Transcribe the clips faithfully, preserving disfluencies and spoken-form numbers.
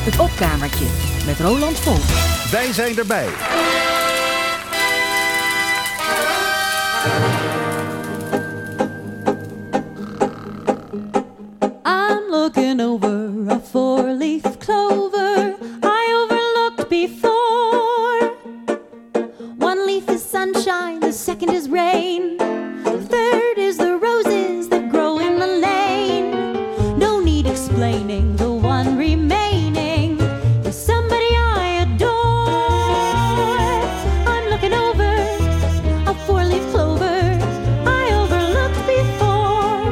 Het opkamertje met Roland Volk. Wij zijn erbij. I'm looking over a four-leaf clover I overlooked before. One leaf is sunshine, the second is rain. The third is the roses that grow in the lane. No need explaining, the one remaining is somebody I adore. I'm looking over a four-leaf clover I overlooked before.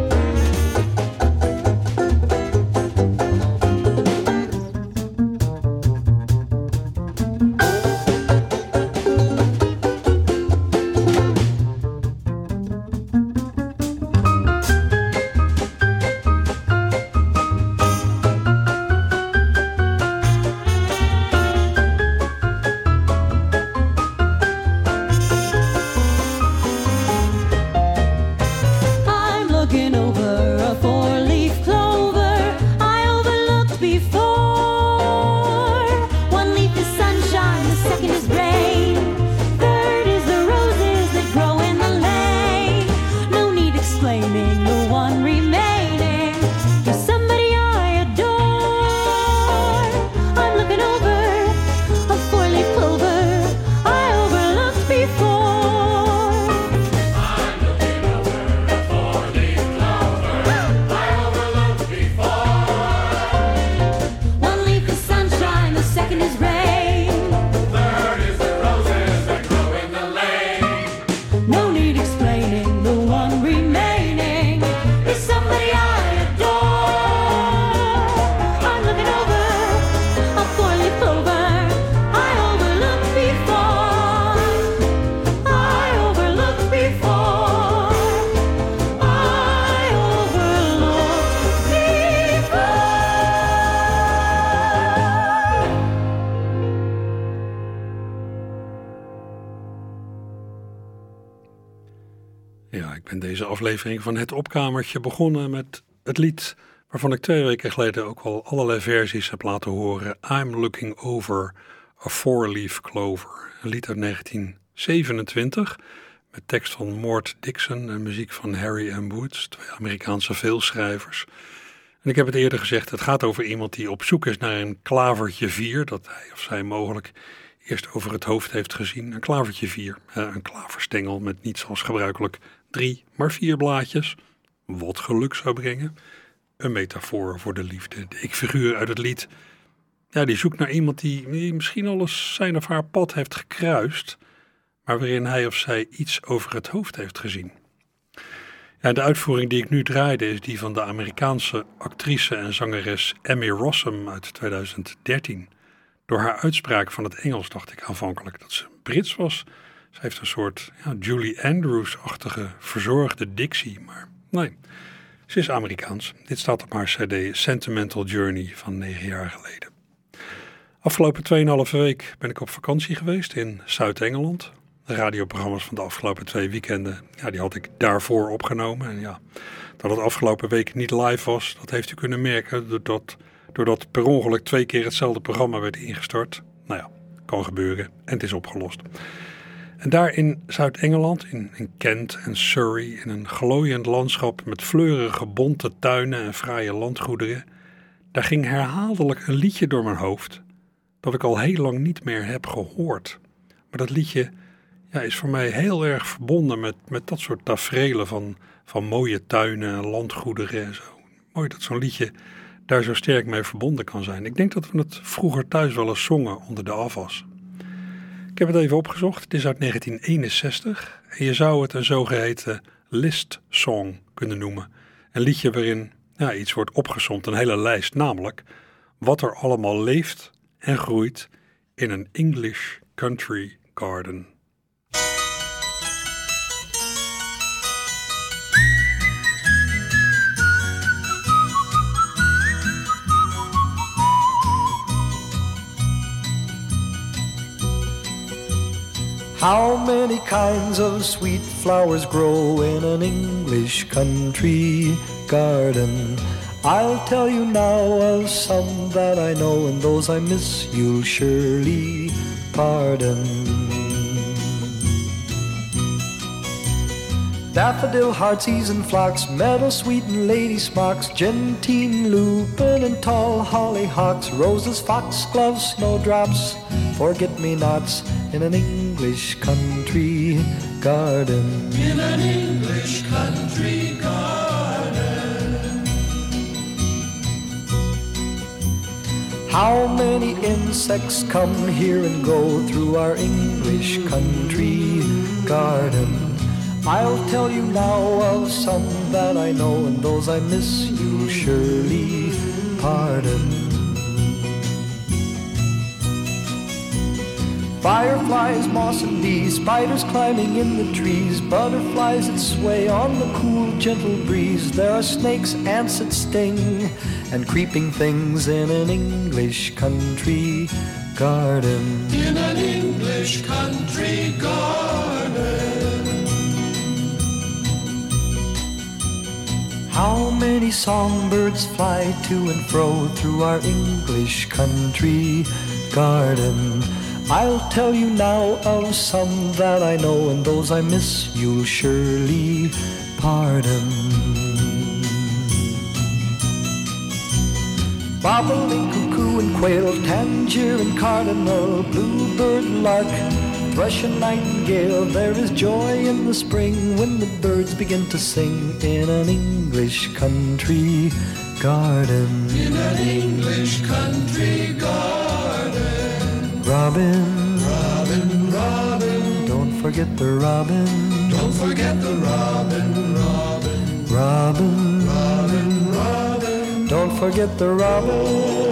I'm looking over a four-leaf clover I overlooked before. One leaf is sunshine, the second is rain. Third is the roses that grow in the lane. No need explaining, the one remaining is somebody I adore. I'm looking over a four-leaf clover I overlooked before. One leaf is sunshine, the second is rain. Third is the roses that grow in the lane. No need explaining, the one remaining is somebody I adore. I'm looking over a four-leaf clover I overlooked before. I overlooked before. I overlooked before. Ja, ik ben deze aflevering van Het Opkamertje begonnen met het lied waarvan ik twee weken geleden ook al allerlei versies heb laten horen. I'm Looking Over a Four-Leaf Clover. Een lied uit negentien zevenentwintig met tekst van Mort Dixon en muziek van Harry M. Woods, twee Amerikaanse veelschrijvers. En ik heb het eerder gezegd, het gaat over iemand die op zoek is naar een klavertje vier, dat hij of zij mogelijk eerst over het hoofd heeft gezien. Een klavertje vier, een klaverstengel met niet zoals gebruikelijk drie, maar vier blaadjes. Wat geluk zou brengen. Een metafoor voor de liefde. De ik-figuur uit het lied, ja, die zoekt naar iemand die, die misschien al eens zijn of haar pad heeft gekruist, maar waarin hij of zij iets over het hoofd heeft gezien. Ja, de uitvoering die ik nu draaide is die van de Amerikaanse actrice en zangeres Emmy Rossum uit tweeduizend dertien. Door haar uitspraak van het Engels dacht ik aanvankelijk dat ze Brits was. Ze heeft een soort ja, Julie Andrews-achtige verzorgde dictie, maar nee, ze is Amerikaans. Dit staat op haar cd Sentimental Journey van negen jaar geleden. Afgelopen tweeënhalve week ben ik op vakantie geweest in Zuid-Engeland. De radioprogramma's van de afgelopen twee weekenden, ja, die had ik daarvoor opgenomen. En ja, dat het afgelopen week niet live was, dat heeft u kunnen merken doordat, doordat per ongeluk twee keer hetzelfde programma werd ingestort. Nou ja, kan gebeuren en het is opgelost. En daar in Zuid-Engeland, in, in Kent en Surrey, in een glooiend landschap met fleurige bonte tuinen en fraaie landgoederen, daar ging herhaaldelijk een liedje door mijn hoofd dat ik al heel lang niet meer heb gehoord. Maar dat liedje ja, is voor mij heel erg verbonden met, met dat soort taferelen van, van mooie tuinen en landgoederen en zo. Mooi dat zo'n liedje daar zo sterk mee verbonden kan zijn. Ik denk dat we het vroeger thuis wel eens zongen onder de afwas. Ik heb het even opgezocht. Het is uit negentien eenenzestig en je zou het een zogeheten list song kunnen noemen. Een liedje waarin ja, iets wordt opgesomd, een hele lijst, namelijk wat er allemaal leeft en groeit in een English country garden. How many kinds of sweet flowers grow in an English country garden? I'll tell you now of some that I know, and those I miss you'll surely pardon. Daffodil, heartsease and phlox, meadow sweet and lady smocks, gentian, lupin and tall hollyhocks, roses, foxgloves, snowdrops, forget-me-nots in an English country garden. In an English country garden. How many insects come here and go through our English country garden? I'll tell you now of some that I know, and those I miss you'll surely pardon. Fireflies, moss and bees, spiders climbing in the trees, butterflies that sway on the cool, gentle breeze. There are snakes, ants that sting, and creeping things in an English country garden. In an English country garden. How many songbirds fly to and fro through our English country garden? I'll tell you now of some that I know, and those I miss you'll surely pardon. Bobolink, cuckoo and quail, tanager and cardinal, bluebird, lark, thrush and nightingale. There is joy in the spring when the birds begin to sing in an English country garden. In an English country garden. Robin, Robin, Robin, don't forget the robin. don't forget the robin, Robin, Robin, Robin, Robin. don't forget the robin.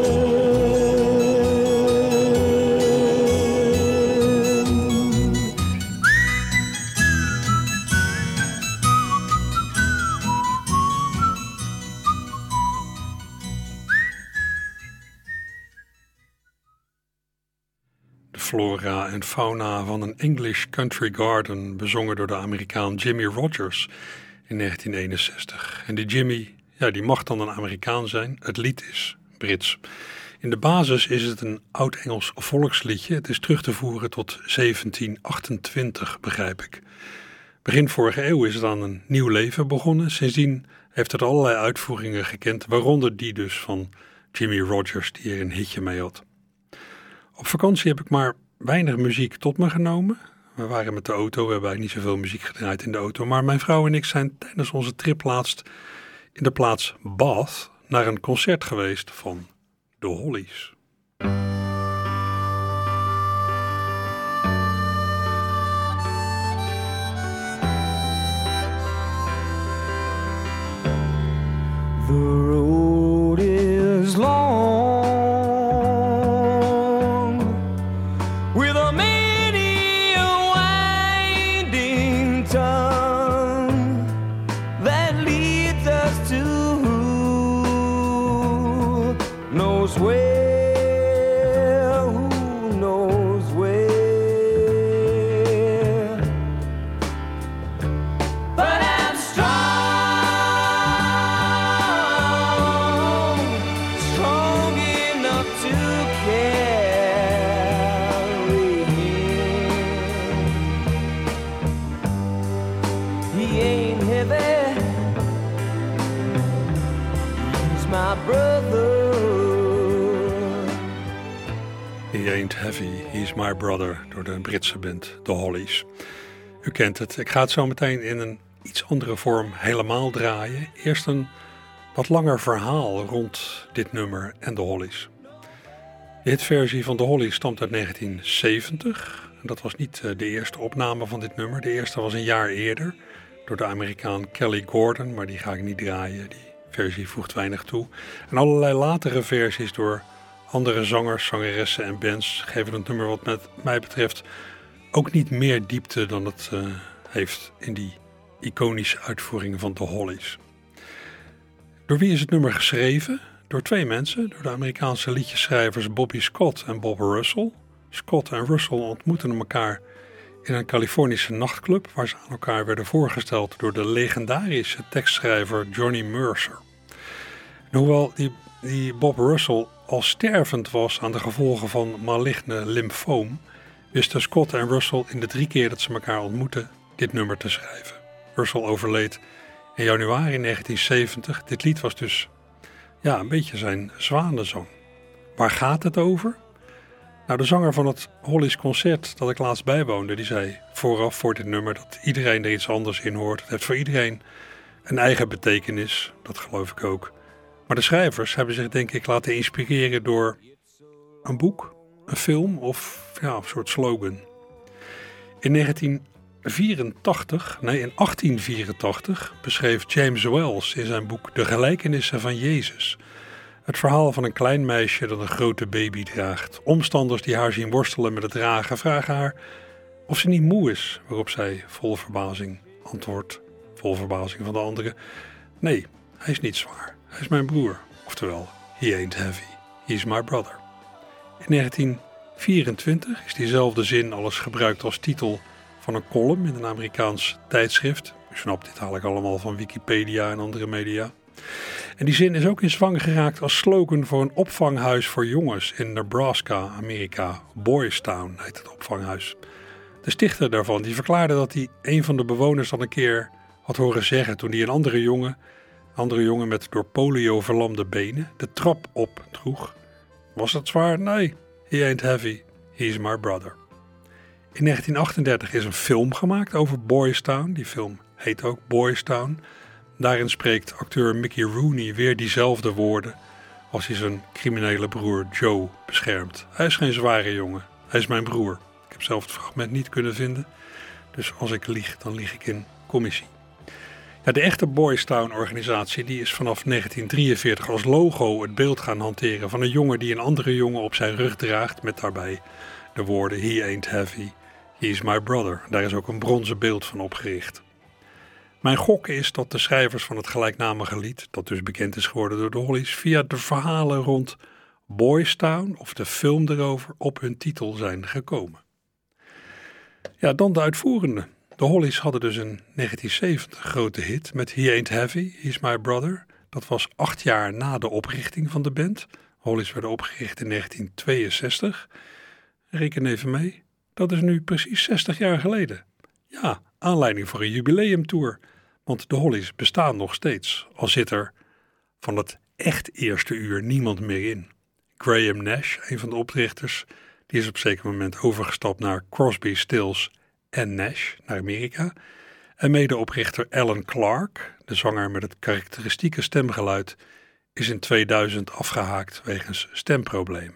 Flora en fauna van een English country garden, bezongen door de Amerikaan Jimmy Rogers in negentien eenenzestig. En die Jimmy, ja, die mag dan een Amerikaan zijn. Het lied is Brits. In de basis is het een oud-Engels volksliedje. Het is terug te voeren tot zeventien achtentwintig, begrijp ik. Begin vorige eeuw is het aan een nieuw leven begonnen. Sindsdien heeft het allerlei uitvoeringen gekend, waaronder die dus van Jimmy Rogers, die er een hitje mee had. Op vakantie heb ik maar weinig muziek tot me genomen. We waren met de auto, we hebben eigenlijk niet zoveel muziek gedraaid in de auto. Maar mijn vrouw en ik zijn tijdens onze trip laatst in de plaats Bath naar een concert geweest van The Hollies. The road is long with a many a winding tongue that leads us to who knows where, who knows where. But I'm strong, strong enough to carry him. He ain't heavy, he's my brother. He Ain't Heavy, He's My Brother, door de Britse band The Hollies. U kent het. Ik ga het zo meteen in een iets andere vorm helemaal draaien. Eerst een wat langer verhaal rond dit nummer en The Hollies. De hitversie van The Hollies stamt uit negentien zeventig. Dat was niet de eerste opname van dit nummer. De eerste was een jaar eerder door de Amerikaan Kelly Gordon, maar die ga ik niet draaien. Die versie voegt weinig toe. En allerlei latere versies door andere zangers, zangeressen en bands geven het nummer wat met mij betreft ook niet meer diepte dan het uh, heeft in die iconische uitvoering van The Hollies. Door wie is het nummer geschreven? Door twee mensen, door de Amerikaanse liedjeschrijvers Bobby Scott en Bob Russell. Scott en Russell ontmoetten elkaar in een Californische nachtclub waar ze aan elkaar werden voorgesteld door de legendarische tekstschrijver Johnny Mercer. En hoewel die, die Bob Russell al stervend was aan de gevolgen van maligne lymfoom, wisten Scott en Russell in de drie keer dat ze elkaar ontmoetten dit nummer te schrijven. Russell overleed in januari negentien zeventig. Dit lied was dus ja, een beetje zijn zwanenzang. Waar gaat het over? Nou, de zanger van het Hollies concert dat ik laatst bijwoonde, die zei vooraf voor dit nummer dat iedereen er iets anders in hoort. Het heeft voor iedereen een eigen betekenis, dat geloof ik ook. Maar de schrijvers hebben zich denk ik laten inspireren door een boek, een film of ja, een soort slogan. In negentien vierentachtig, nee in achttien vierentachtig beschreef James Wells in zijn boek De Gelijkenissen van Jezus het verhaal van een klein meisje dat een grote baby draagt. Omstanders die haar zien worstelen met het dragen vragen haar of ze niet moe is, waarop zij vol verbazing antwoordt, vol verbazing van de anderen: nee, hij is niet zwaar, hij is mijn broer. Oftewel, he ain't heavy, he's my brother. In negentien vierentwintig is diezelfde zin al eens gebruikt als titel van een column in een Amerikaans tijdschrift. U snapt, dit haal ik allemaal van Wikipedia en andere media. En die zin is ook in zwang geraakt als slogan voor een opvanghuis voor jongens in Nebraska, Amerika. Boys Town heet het opvanghuis. De stichter daarvan die verklaarde dat hij een van de bewoners al een keer had horen zeggen toen hij een andere jongen, een andere jongen met door polio verlamde benen, de trap op droeg. Was dat zwaar? Nee, he ain't heavy, he's my brother. In negentien achtendertig is een film gemaakt over Boys Town. Die film heet ook Boys Town. Daarin spreekt acteur Mickey Rooney weer diezelfde woorden als hij zijn criminele broer Joe beschermt. Hij is geen zware jongen, hij is mijn broer. Ik heb zelf het fragment niet kunnen vinden, dus als ik lieg, dan lieg ik in commissie. Ja, de echte Boys Town organisatie die is vanaf negentien drieënveertig als logo het beeld gaan hanteren van een jongen die een andere jongen op zijn rug draagt met daarbij de woorden he ain't heavy, he's my brother. Daar is ook een bronzen beeld van opgericht. Mijn gok is dat de schrijvers van het gelijknamige lied, dat dus bekend is geworden door de Hollies, via de verhalen rond Boys Town of de film erover op hun titel zijn gekomen. Ja, dan de uitvoerende. De Hollies hadden dus in negentien zeventig een grote hit met He Ain't Heavy, He's My Brother. Dat was acht jaar na de oprichting van de band. De Hollies werden opgericht in negentien tweeënzestig. Reken even mee, dat is nu precies zestig jaar geleden. Ja, aanleiding voor een jubileumtour. Want de Hollies bestaan nog steeds, al zit er van het echt eerste uur niemand meer in. Graham Nash, een van de oprichters, die is op een zeker moment overgestapt naar Crosby, Stills en Nash, naar Amerika. En medeoprichter Alan Clark, de zanger met het karakteristieke stemgeluid, is in tweeduizend afgehaakt wegens stemproblemen.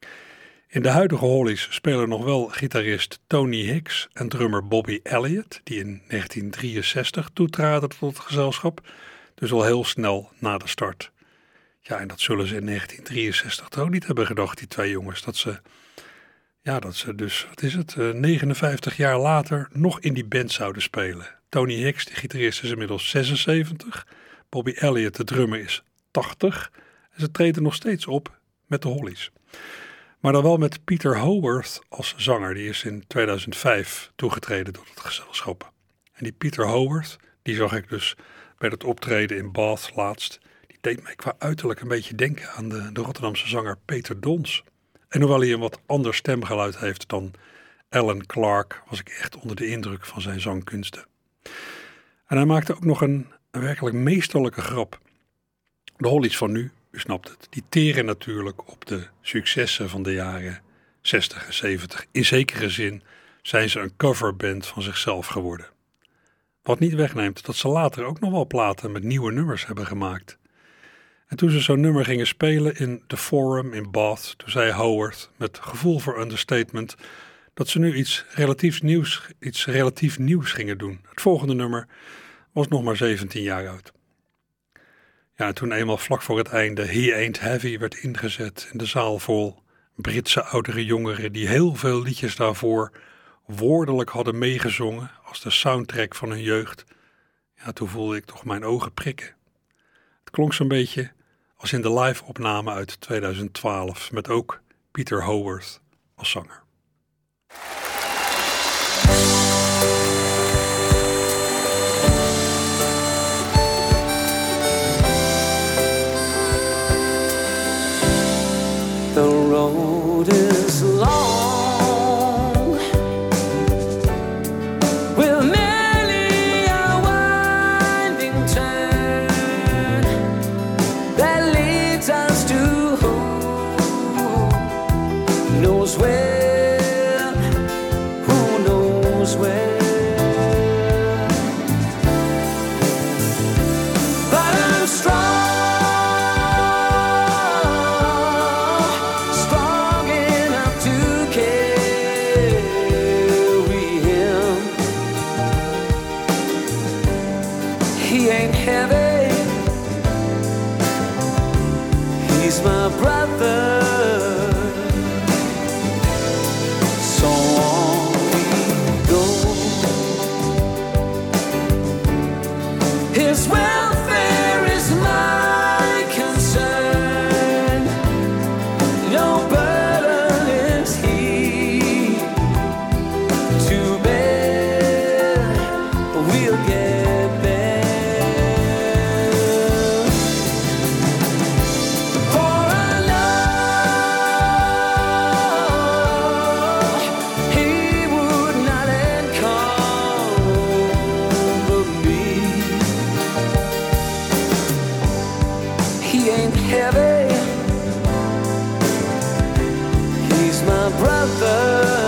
In de huidige Hollies spelen nog wel gitarist Tony Hicks en drummer Bobby Elliott, die in negentien drieënzestig toetraden tot het gezelschap, dus al heel snel na de start. Ja, en dat zullen ze in negentien drieënzestig toch ook niet hebben gedacht, die twee jongens, dat ze, ja, dat ze dus, wat is het, negenenvijftig jaar later nog in die band zouden spelen. Tony Hicks, de gitarist, is inmiddels zesenzeventig, Bobby Elliott, de drummer, is tachtig en ze treden nog steeds op met de Hollies. Maar dan wel met Peter Howarth als zanger. Die is in tweeduizend vijf toegetreden tot het gezelschap. En die Peter Howarth, die zag ik dus bij het optreden in Bath laatst. Die deed mij qua uiterlijk een beetje denken aan de, de Rotterdamse zanger Peter Dons. En hoewel hij een wat ander stemgeluid heeft dan Alan Clark, was ik echt onder de indruk van zijn zangkunsten. En hij maakte ook nog een, een werkelijk meesterlijke grap. De Hollies van nu, u snapt het, die teren natuurlijk op de successen van de jaren zestig en zeventig. In zekere zin zijn ze een coverband van zichzelf geworden. Wat niet wegneemt dat ze later ook nog wel platen met nieuwe nummers hebben gemaakt. En toen ze zo'n nummer gingen spelen in The Forum in Bath, toen zei Howard met gevoel voor understatement dat ze nu iets relatief nieuws, iets relatief nieuws gingen doen. Het volgende nummer was nog maar zeventien jaar oud. Ja, en toen eenmaal vlak voor het einde He Ain't Heavy werd ingezet in de zaal vol Britse oudere jongeren die heel veel liedjes daarvoor woordelijk hadden meegezongen als de soundtrack van hun jeugd. Ja, toen voelde ik toch mijn ogen prikken. Het klonk zo'n beetje als in de live-opname uit tweeduizend twaalf met ook Peter Howarth als zanger. knows where? Who knows where? But I'm strong, strong enough to carry him. He ain't heavy, he's my brother. So on we go. His welfare is my concern. No burden is he to bear. We'll get there. For I know he would not encumber me. He ain't heavy, he's my brother.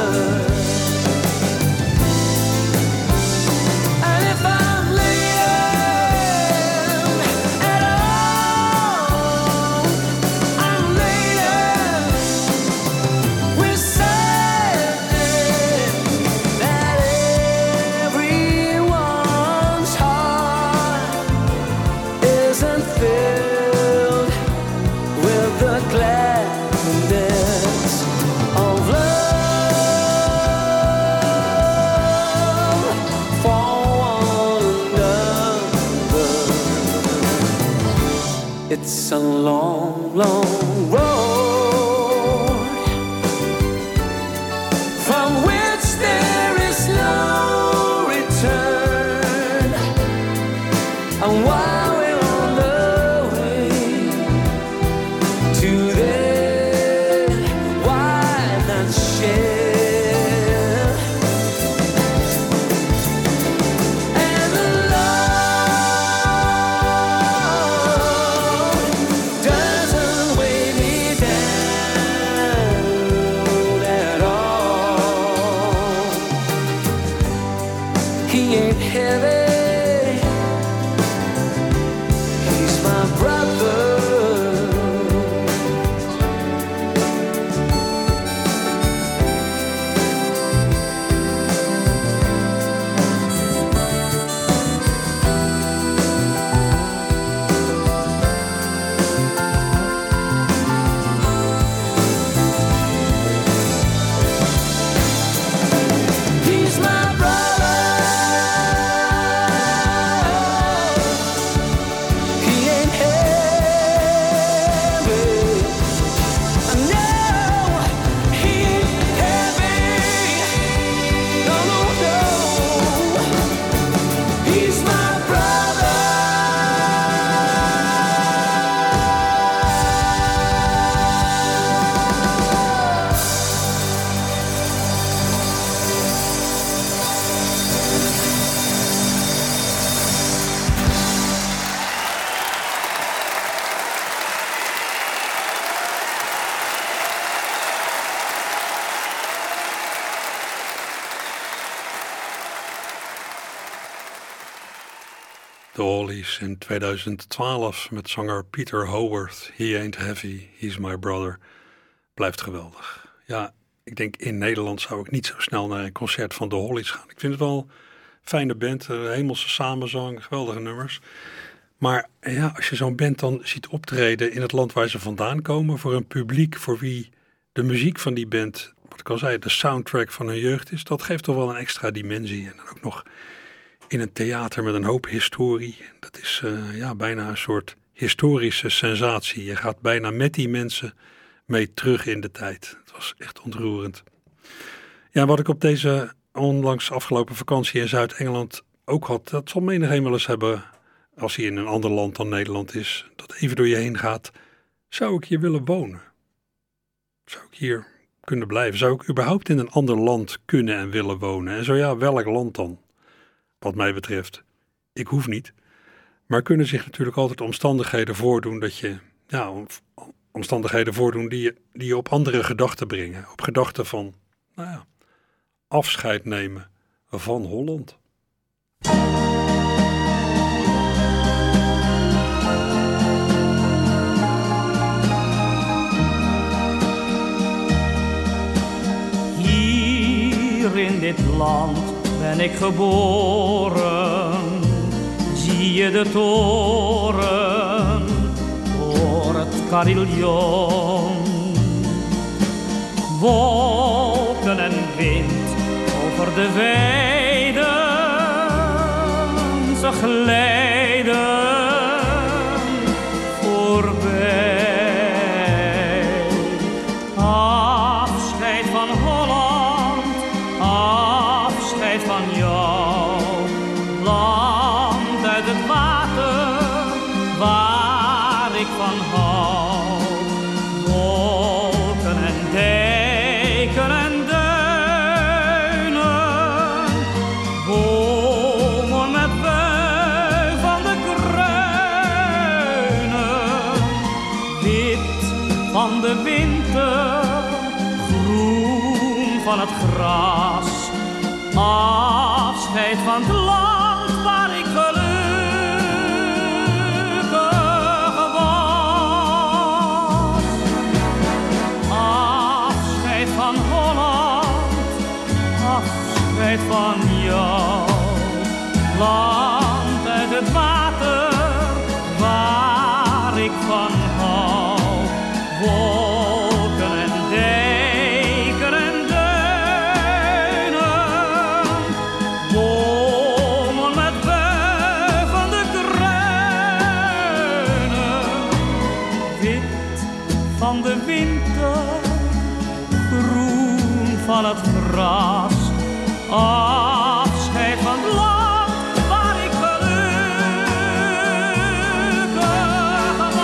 And if I'm laying at all, I'm laying with saying that everyone's heart isn't filled with the gladness of love for one another. It's a long, long road from which there is no return. And while we're on the way to there, why not share? And the Lord doesn't weigh me down at all. He ain't heavy, he's my brother. He's my brother. He ain't heavy. No, he ain't heavy. No, no, no. He's my brother. De Hollies in tweeduizend twaalf met zanger Peter Howarth. He ain't heavy, he's my brother. Blijft geweldig. Ja, ik denk in Nederland zou ik niet zo snel naar een concert van de Hollies gaan. Ik vind het wel een fijne band, een hemelse samenzang, geweldige nummers. Maar ja, als je zo'n band dan ziet optreden in het land waar ze vandaan komen, voor een publiek voor wie de muziek van die band, wat ik al zei, de soundtrack van hun jeugd is, dat geeft toch wel een extra dimensie. En dan ook nog in een theater met een hoop historie. Dat is uh, ja, bijna een soort historische sensatie. Je gaat bijna met die mensen mee terug in de tijd. Het was echt ontroerend. Ja, wat ik op deze onlangs afgelopen vakantie in Zuid-Engeland ook had, dat zal menigeen wel eens hebben als hij in een ander land dan Nederland is, dat even door je heen gaat. Zou ik hier willen wonen? Zou ik hier kunnen blijven? Zou ik überhaupt in een ander land kunnen en willen wonen? En zo ja, welk land dan? Wat mij betreft, ik hoef niet. Maar kunnen zich natuurlijk altijd omstandigheden voordoen dat je ja, om, omstandigheden voordoen die je, die je op andere gedachten brengen. Op gedachten van, nou ja, afscheid nemen van Holland. Hier in dit land ben ik geboren, zie je de toren door het carillon. Wolken en wind over de weiden, ze glijden voorbij. Afscheid van Holland, afscheid van jou, land uit het water waar ik van hou. Wolken en dijken en duinen, bomen met bui van de kruinen. Wit van de winter, groen van het gras. Afscheid van het land waar ik gelukkig was. Afscheid van Holland, afscheid van jou. Land uit het water waar ik van hou. Wolken en dijken en duinen, bomen met bui van de kruinen. Wit van de winter, groen van het gras. Afscheid van het land waar ik gelukkig was.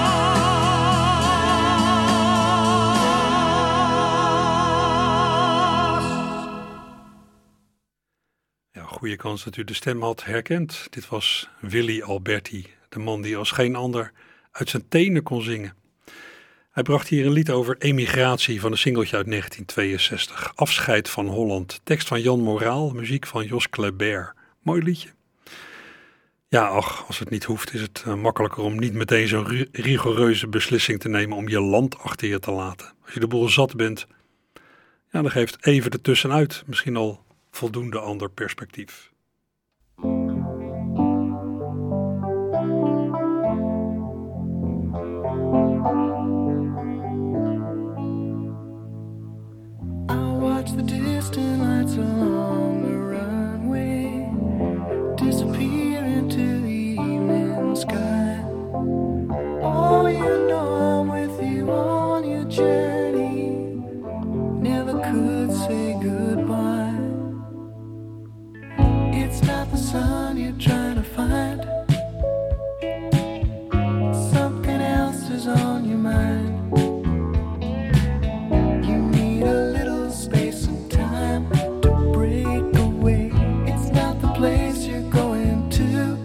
Ja, goede kans dat u de stem had herkend. Dit was Willy Alberti, de man die als geen ander uit zijn tenen kon zingen. Hij bracht hier een lied over emigratie van een singeltje uit negentien tweeënzestig. Afscheid van Holland. Tekst van Jan Moraal, muziek van Jos Kleber. Mooi liedje. Ja, ach, als het niet hoeft is het uh, makkelijker om niet meteen zo'n ri- rigoureuze beslissing te nemen om je land achter je te laten. Als je de boel zat bent, ja, dan geeft even ertussenuit misschien al voldoende ander perspectief. Watch the distant lights along the runway disappear into the evening sky. Oh, you know I'm with you on your journey. Never could say goodbye. It's not the sun you're trying to find. Something else is on your mind. You need a little space and time to break away. It's not the place you're going to.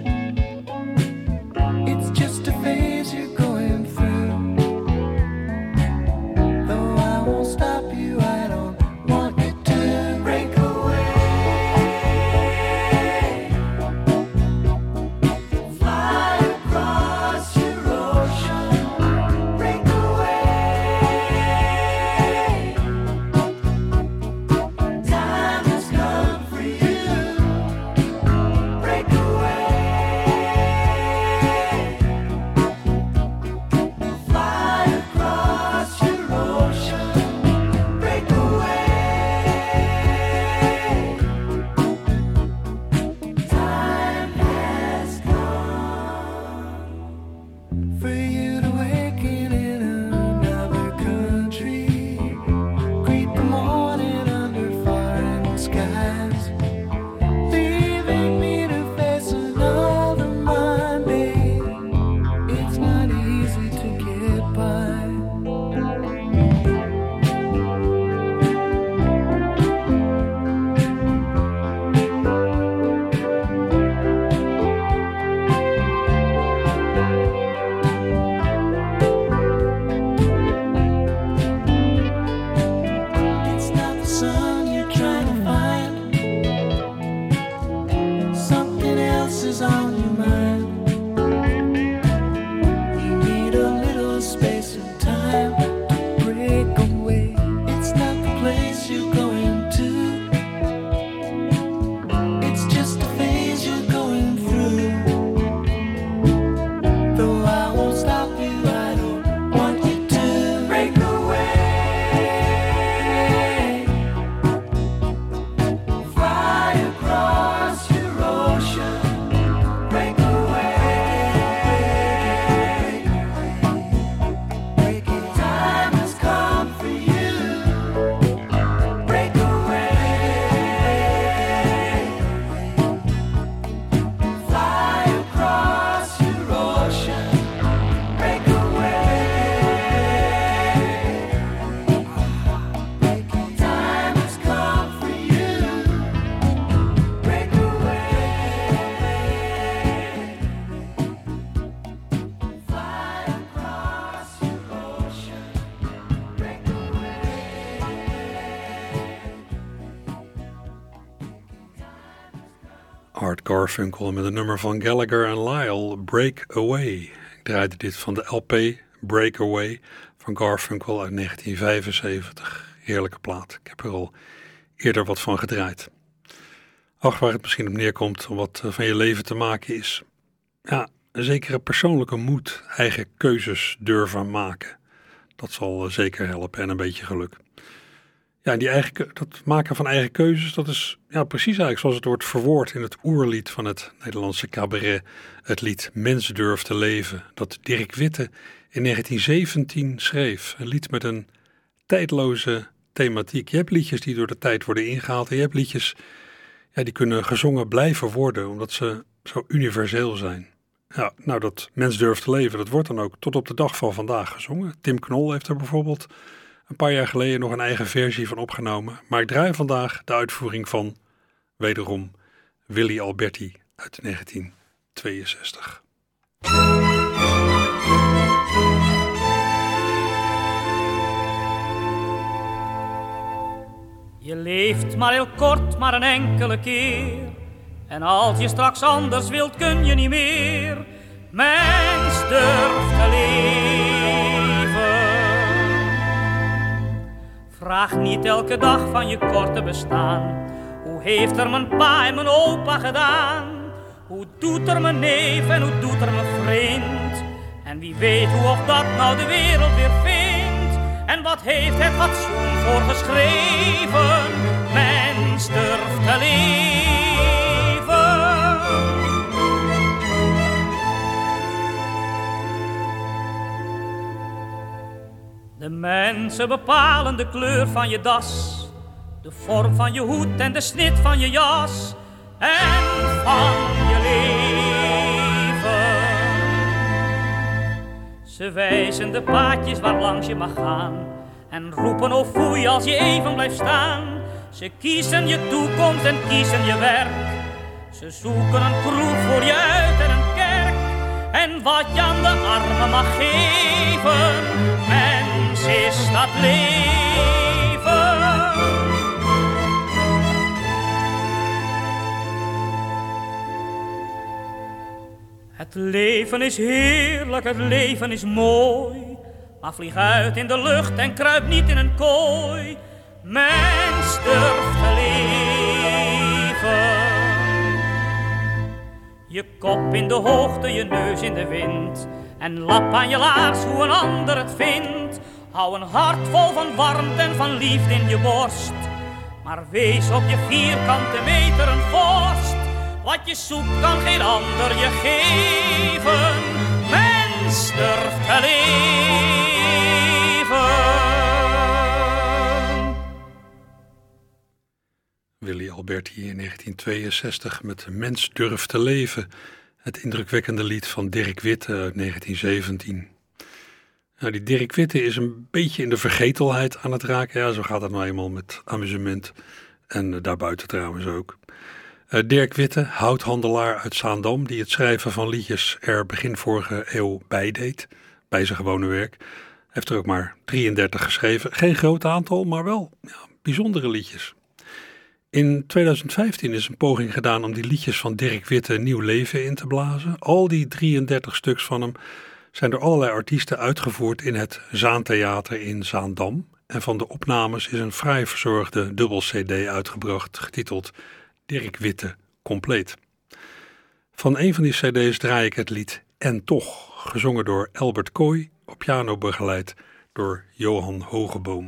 It's just a phase you're going through. Though I won't stop you, I don't want you to break away. Fly across your ocean, break Garfunkel met een nummer van Gallagher en Lyle, Break Away. Ik draaide dit van de L P Break Away van Garfunkel uit negentien vijfenzeventig. Heerlijke plaat. Ik heb er al eerder wat van gedraaid. Ach, waar het misschien op neerkomt om wat van je leven te maken is. Ja, een zekere persoonlijke moed, eigen keuzes durven maken. Dat zal zeker helpen en een beetje geluk. Ja, die eigen, dat maken van eigen keuzes, dat is ja, precies eigenlijk zoals het wordt verwoord in het oerlied van het Nederlandse cabaret. Het lied Mens durft te leven, dat Dirk Witte in negentien zeventien schreef. Een lied met een tijdloze thematiek. Je hebt liedjes die door de tijd worden ingehaald en je hebt liedjes ja, die kunnen gezongen blijven worden, omdat ze zo universeel zijn. Ja, nou, dat Mens durft te leven, dat wordt dan ook tot op de dag van vandaag gezongen. Tim Knol heeft er bijvoorbeeld een paar jaar geleden nog een eigen versie van opgenomen. Maar ik draai vandaag de uitvoering van, wederom, Willy Alberti uit negentien tweeënzestig. Je leeft maar heel kort, maar een enkele keer. En als je straks anders wilt, kun je niet meer. Mens durft te leven. Vraag niet elke dag van je korte bestaan. Hoe heeft er mijn pa en mijn opa gedaan? Hoe doet er mijn neef en hoe doet er mijn vriend? En wie weet hoe of dat nou de wereld weer vindt? En wat heeft het fatsoen voor geschreven? Mens durft te leven. De mensen bepalen de kleur van je das, de vorm van je hoed en de snit van je jas en van je leven. Ze wijzen de paadjes waar langs je mag gaan en roepen oh foei als je even blijft staan. Ze kiezen je toekomst en kiezen je werk. Ze zoeken een kroeg voor je uit en een kerk. En wat je aan de armen mag geven, mens is dat leven. Het leven is heerlijk, het leven is mooi. Maar vlieg uit in de lucht en kruip niet in een kooi. Mens durft te leven. Je kop in de hoogte, je neus in de wind. En lap aan je laars hoe een ander het vindt. Hou een hart vol van warmte en van liefde in je borst. Maar wees op je vierkante meter een vorst. Wat je zoekt kan geen ander je geven. Mens durft te leven. Willy Alberti in negentien tweeënzestig met Mens durft te leven. Het indrukwekkende lied van Dirk Witte uit negentien zeventien. Nou, die Dirk Witte is een beetje in de vergetelheid aan het raken. Ja, zo gaat het nou eenmaal met amusement. En uh, daarbuiten trouwens ook. Uh, Dirk Witte, houthandelaar uit Zaandam, die het schrijven van liedjes er begin vorige eeuw bij deed. Bij zijn gewone werk. Hij heeft er ook maar drieëndertig geschreven. Geen groot aantal, maar wel ja, bijzondere liedjes. In tweeduizend vijftien is een poging gedaan om die liedjes van Dirk Witte nieuw leven in te blazen. Al die drieëndertig stuks van hem zijn door allerlei artiesten uitgevoerd in het Zaantheater in Zaandam. En van de opnames is een fraai verzorgde dubbel C D uitgebracht, getiteld Dirk Witte Compleet. Van een van die C D's draai ik het lied En Toch, gezongen door Albert Kooi, op piano begeleid door Johan Hogeboom.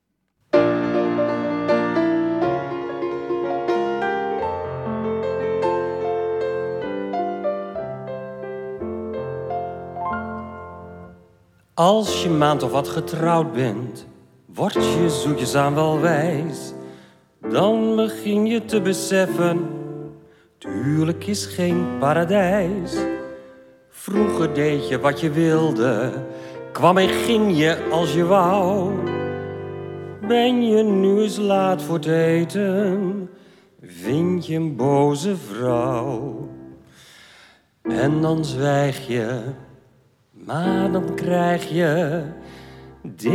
Als je maand of wat getrouwd bent, word je zoetjes aan wel wijs. Dan begin je te beseffen, tuurlijk is geen paradijs. Vroeger deed je wat je wilde, kwam en ging je als je wou. Ben je nu eens laat voor het eten, vind je een boze vrouw. En dan zwijg je, maar dan krijg je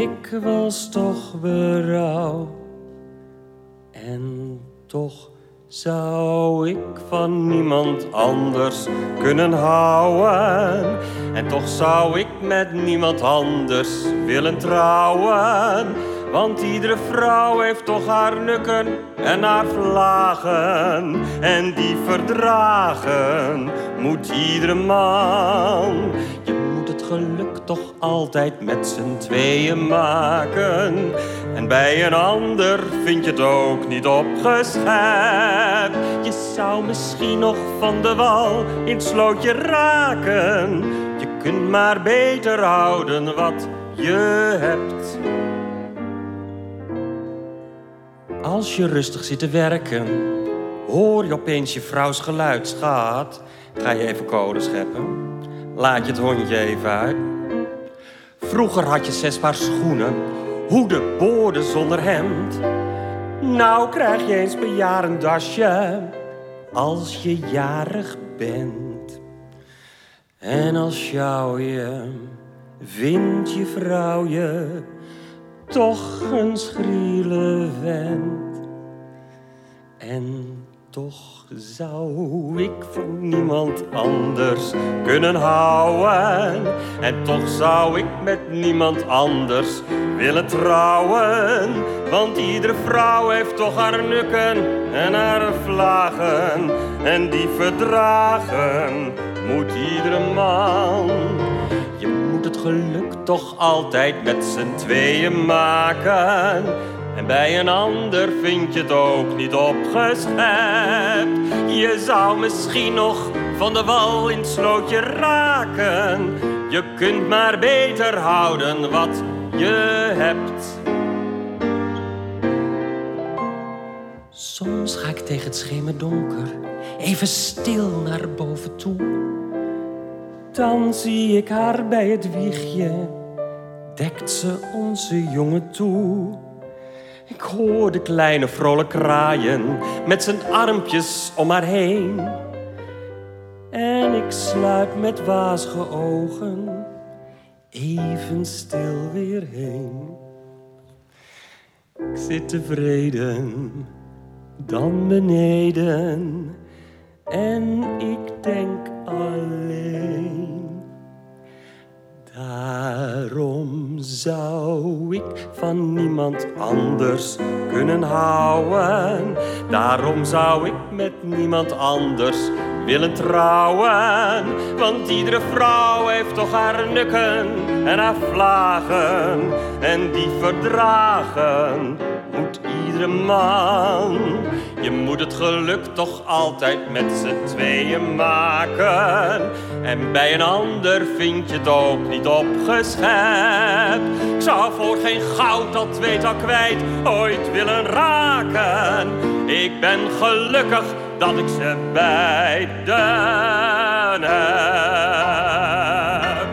dikwijls toch berouw. En toch zou ik van niemand anders kunnen houden. En toch zou ik met niemand anders willen trouwen. Want iedere vrouw heeft toch haar nukken en haar vlagen. En die verdragen moet iedere man. Je moet het geluk toch altijd met z'n tweeën maken. En bij een ander vind je het ook niet opgeschept. Je zou misschien nog van de wal in het slootje raken. Je kunt maar beter houden wat je hebt. Als je rustig zit te werken, hoor je opeens je vrouws geluid. Schat, ga je even kolen scheppen? Laat je het hondje even uit. Vroeger had je zes paar schoenen, hoeden, boorden zonder hemd. Nou krijg je eens per jaar een dasje, als je jarig bent. En als jou je, vindt je vrouw je toch een schriele vent. En toch zou ik van niemand anders kunnen houden. En toch zou ik met niemand anders willen trouwen. Want iedere vrouw heeft toch haar nukken en haar vlagen. En die verdragen moet iedere man. Je moet het geluk toch altijd met z'n tweeën maken. En bij een ander vind je het ook niet opgeschept. Je zou misschien nog van de wal in het slootje raken. Je kunt maar beter houden wat je hebt. Soms ga ik tegen het schemerdonker even stil naar boven toe. Dan zie ik haar bij het wiegje, dekt ze onze jongen toe. Ik hoor de kleine vrolijk kraaien met zijn armpjes om haar heen. En ik sluip met wazige ogen even stil weer heen. Ik zit tevreden, dan beneden, en ik denk alleen. Daarom zou ik van niemand anders kunnen houden. Daarom zou ik met niemand anders willen trouwen. Want iedere vrouw heeft toch haar nukken en haar vlagen. En die verdragen moet iedere man. Je moet het geluk toch altijd met z'n tweeën maken. En bij een ander vind je het ook niet opgeschept. Ik zou voor geen goud, dat weet al kwijt, ooit willen raken. Ik ben gelukkig dat ik ze beiden heb.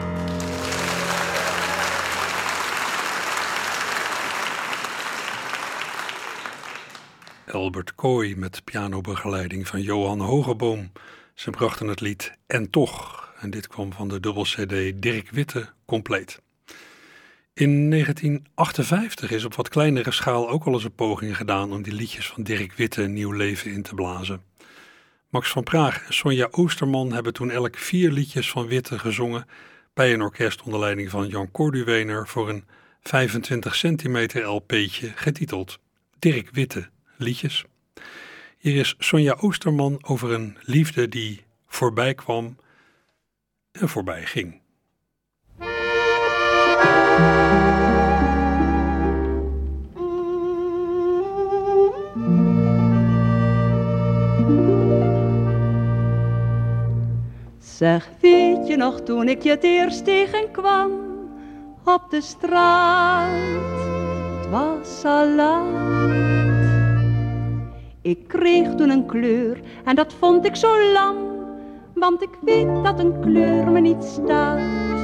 Albert Kooi met pianobegeleiding van Johan Hogeboom. Ze brachten het lied En Toch. En dit kwam van de dubbel-cd Dirk Witte compleet. In negentien achtenvijftig is op wat kleinere schaal ook al eens een poging gedaan om die liedjes van Dirk Witte een nieuw leven in te blazen. Max van Praag en Sonja Oosterman hebben toen elk vier liedjes van Witte gezongen bij een orkest onder leiding van Jan Corduwener voor een vijfentwintig centimeter L P'tje getiteld Dirk Witte liedjes. Hier is Sonja Oosterman over een liefde die voorbij kwam en voorbij ging. Zeg, weet je nog toen ik je het eerst tegenkwam op de straat? Het was al laat. Ik kreeg toen een kleur en dat vond ik zo lang, want ik weet dat een kleur me niet staat.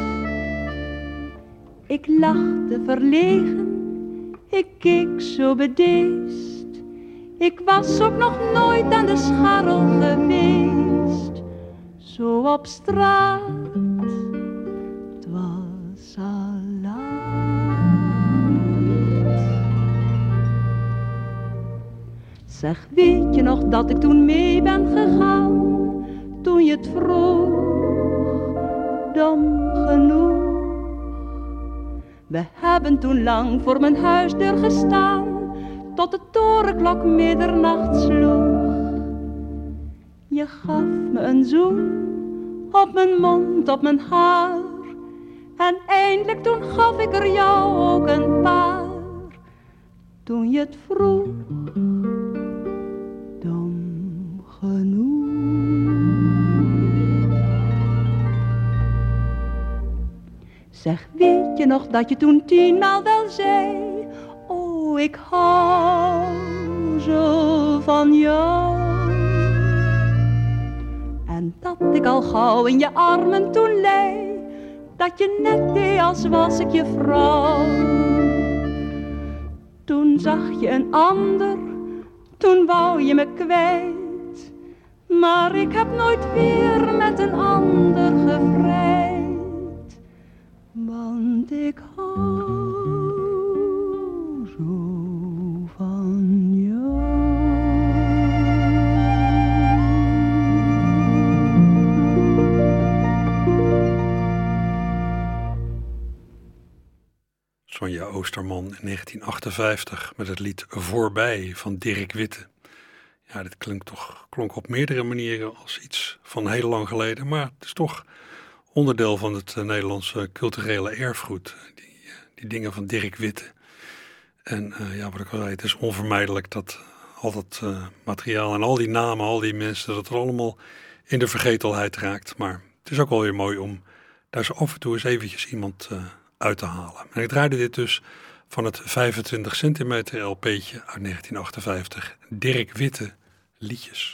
Ik lachte verlegen, ik keek zo bedeesd. Ik was ook nog nooit aan de scharrel geweest. Zo op straat, het was al laat. Zeg, weet je nog dat ik toen mee ben gegaan, toen je het vroeg, dom genoeg. We hebben toen lang voor mijn huisdeur gestaan, tot de torenklok middernacht sloeg. Je gaf me een zoen, op mijn mond, op mijn haar, en eindelijk toen gaf ik er jou ook een paar. Toen je het vroeg, dom genoeg. Zeg, weet je nog dat je toen tienmaal wel zei, oh, ik hou zo van jou. En dat ik al gauw in je armen toen lei, dat je net deed als was ik je vrouw. Toen zag je een ander, toen wou je me kwijt. Maar ik heb nooit weer met een ander gevrijd. Want ik hou zo van jou. Sonja Oosterman in negentien achtenvijftig met het lied Voorbij van Dirk Witte. Ja, dit klonk toch klonk op meerdere manieren als iets van heel lang geleden, maar het is toch onderdeel van het uh, Nederlandse culturele erfgoed, die, uh, die dingen van Dirk Witte. En uh, ja, wat ik al zei, het is onvermijdelijk dat al dat uh, materiaal en al die namen, al die mensen, dat het allemaal in de vergetelheid raakt. Maar het is ook wel weer mooi om daar zo af en toe eens eventjes iemand uh, uit te halen. En ik draaide dit dus van het vijfentwintig centimeter L P'tje uit negentien achtenvijftig, Dirk Witte liedjes.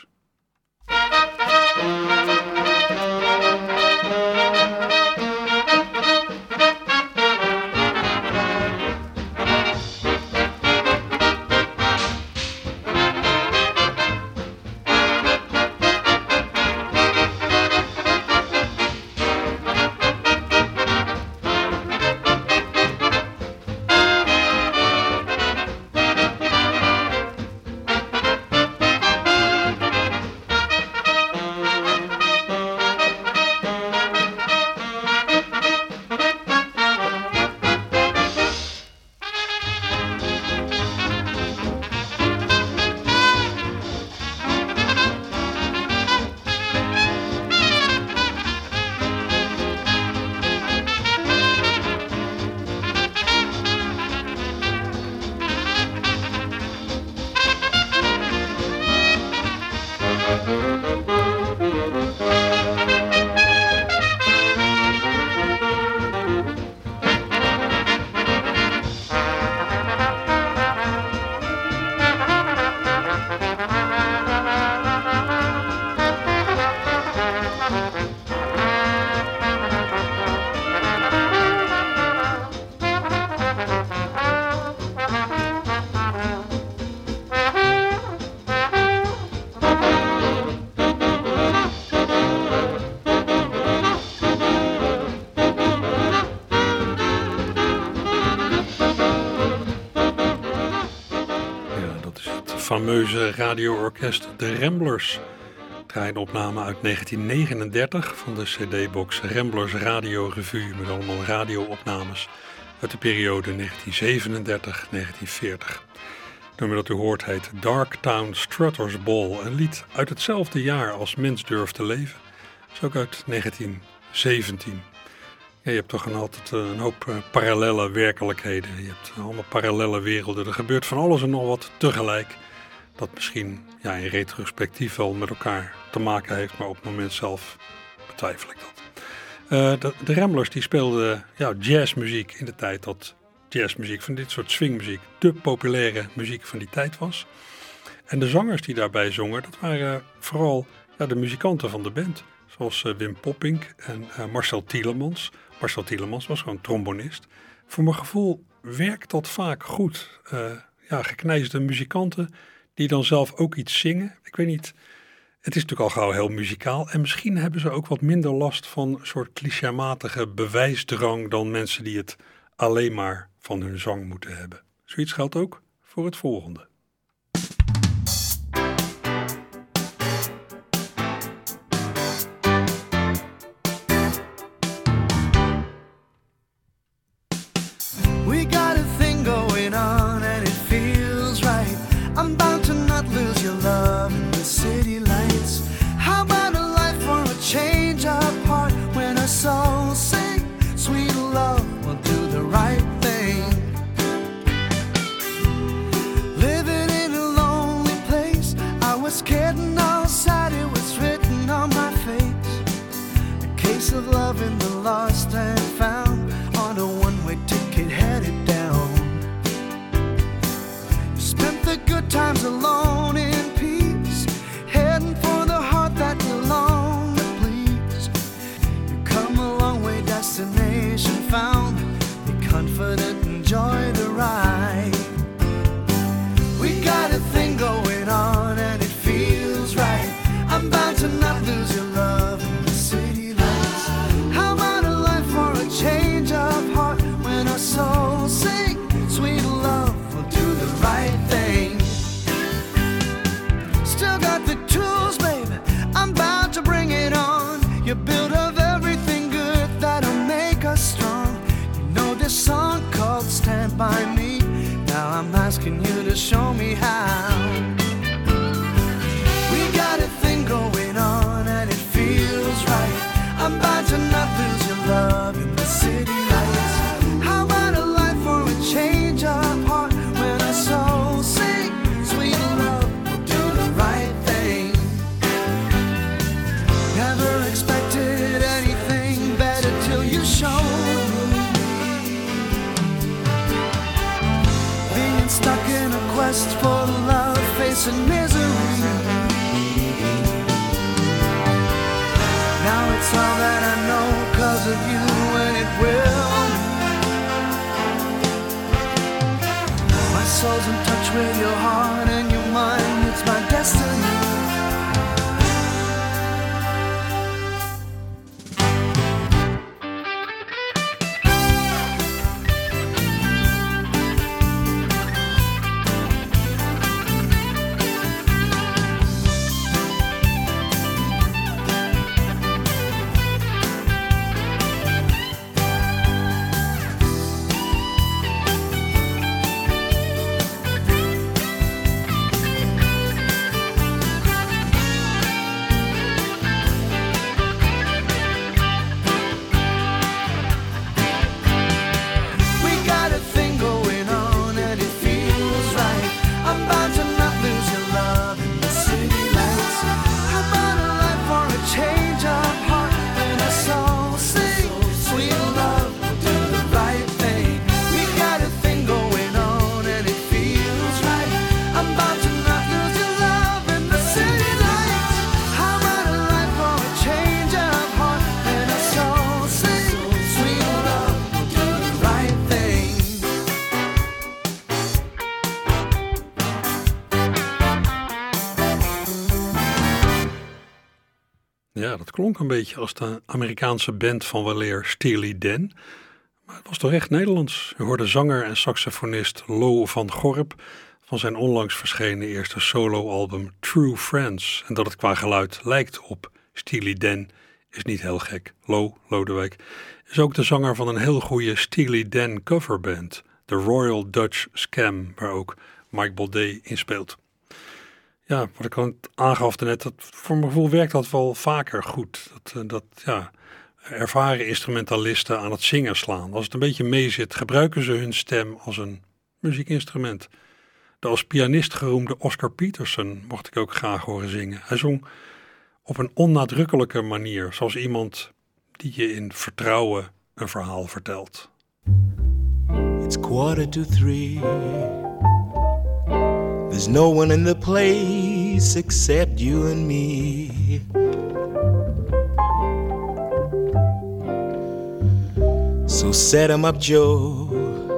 Fameuze radioorkest De Ramblers. Een opname uit negentien negenendertig van de cd-box Ramblers Radio Revue met allemaal radioopnames uit de periode negentien zevenendertig tot negentien veertig. Het nummer dat u hoort heet Darktown Strutters Ball, een lied uit hetzelfde jaar als Mens durft te leven. Dat is ook uit negentien zeventien. Ja, je hebt toch een, altijd een hoop uh, parallelle werkelijkheden. Je hebt allemaal parallelle werelden. Er gebeurt van alles en nog wat tegelijk. Dat misschien ja, in retrospectief wel met elkaar te maken heeft, maar op het moment zelf betwijfel ik dat. Uh, de, de Ramblers die speelden ja, jazzmuziek in de tijd dat jazzmuziek van dit soort swingmuziek de populaire muziek van die tijd was. En de zangers die daarbij zongen, dat waren vooral ja, de muzikanten van de band. Zoals uh, Wim Poppink en uh, Marcel Tielemans. Marcel Tielemans was gewoon trombonist. Voor mijn gevoel werkt dat vaak goed. Uh, ja, geknijsde muzikanten die dan zelf ook iets zingen. Ik weet niet, het is natuurlijk al gauw heel muzikaal. En misschien hebben ze ook wat minder last van een soort clichématige bewijsdrang dan mensen die het alleen maar van hun zang moeten hebben. Zoiets geldt ook voor het volgende. quest for love, facing misery. Now it's all that I know, cause of you, and it will. My soul's in touch with your heart and your mind, it's my destiny. Ja, dat klonk een beetje als de Amerikaanse band van weleer Steely Dan. Maar het was toch echt Nederlands. U hoorde zanger en saxofonist Lo van Gorp van zijn onlangs verschenen eerste soloalbum True Friends. En dat het qua geluid lijkt op Steely Dan is niet heel gek. Lo, Lodewijk, is ook de zanger van een heel goede Steely Dan coverband, de Royal Dutch Scam, waar ook Mike Baudet in speelt. Ja, wat ik al aangaf net, dat voor mijn gevoel werkt dat wel vaker goed. Dat, dat ja, ervaren instrumentalisten aan het zingen slaan. Als het een beetje meezit, gebruiken ze hun stem als een muziekinstrument. De als pianist geroemde Oscar Peterson mocht ik ook graag horen zingen. Hij zong op een onnadrukkelijke manier, zoals iemand die je in vertrouwen een verhaal vertelt. It's quarter to three. There's no one in the place except you and me. So set 'em up, Joe.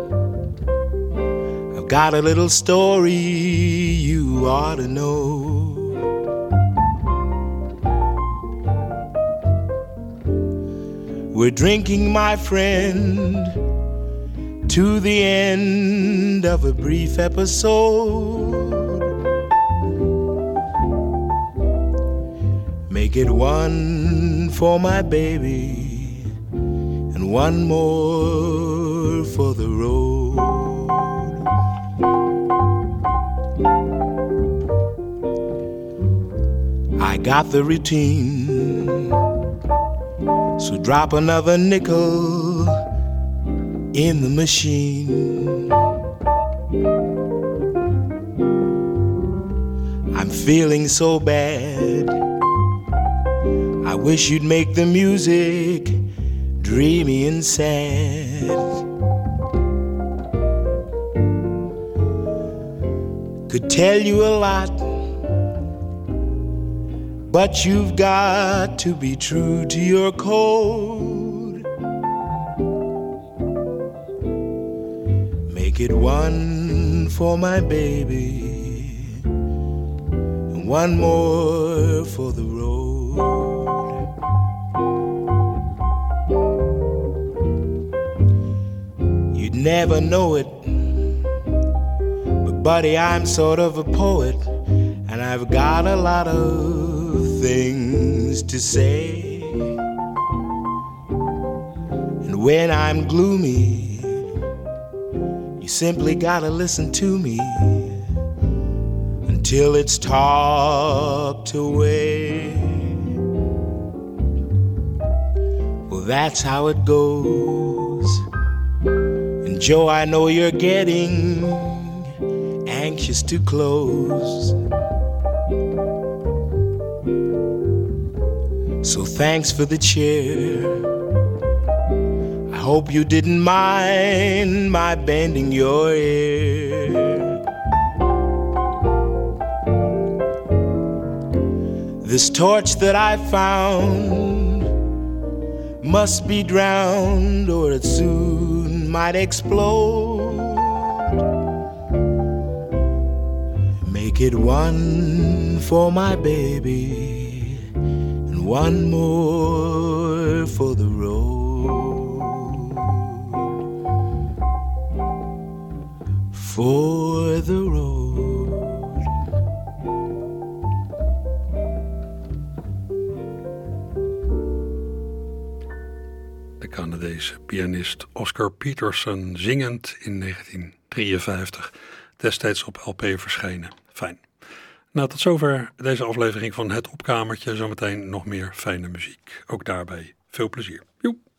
I've got a little story you ought to know. We're drinking, my friend, to the end of a brief episode. Make it one for my baby and one more for the road. I got the routine, so drop another nickel in the machine. I'm feeling so bad, I wish you'd make the music dreamy and sad. Could tell you a lot, but you've got to be true to your code. Make it one for my baby and one more for the road. You'd never know it, but buddy, I'm sort of a poet, and I've got a lot of things to say. And when I'm gloomy, you simply gotta listen to me until it's talked away. Well, that's how it goes. And Joe, I know you're getting anxious to close. So thanks for the chair. I hope you didn't mind my bending your ear. This torch that I found must be drowned or it soon might explode. Make it one for my baby and one more for the road. For the road. De Canadese pianist Oscar Peterson zingend in negentien drieënvijftig, destijds op L P verschenen. Fijn. Nou, tot zover deze aflevering van Het Opkamertje. Zometeen nog meer fijne muziek. Ook daarbij veel plezier. Joep.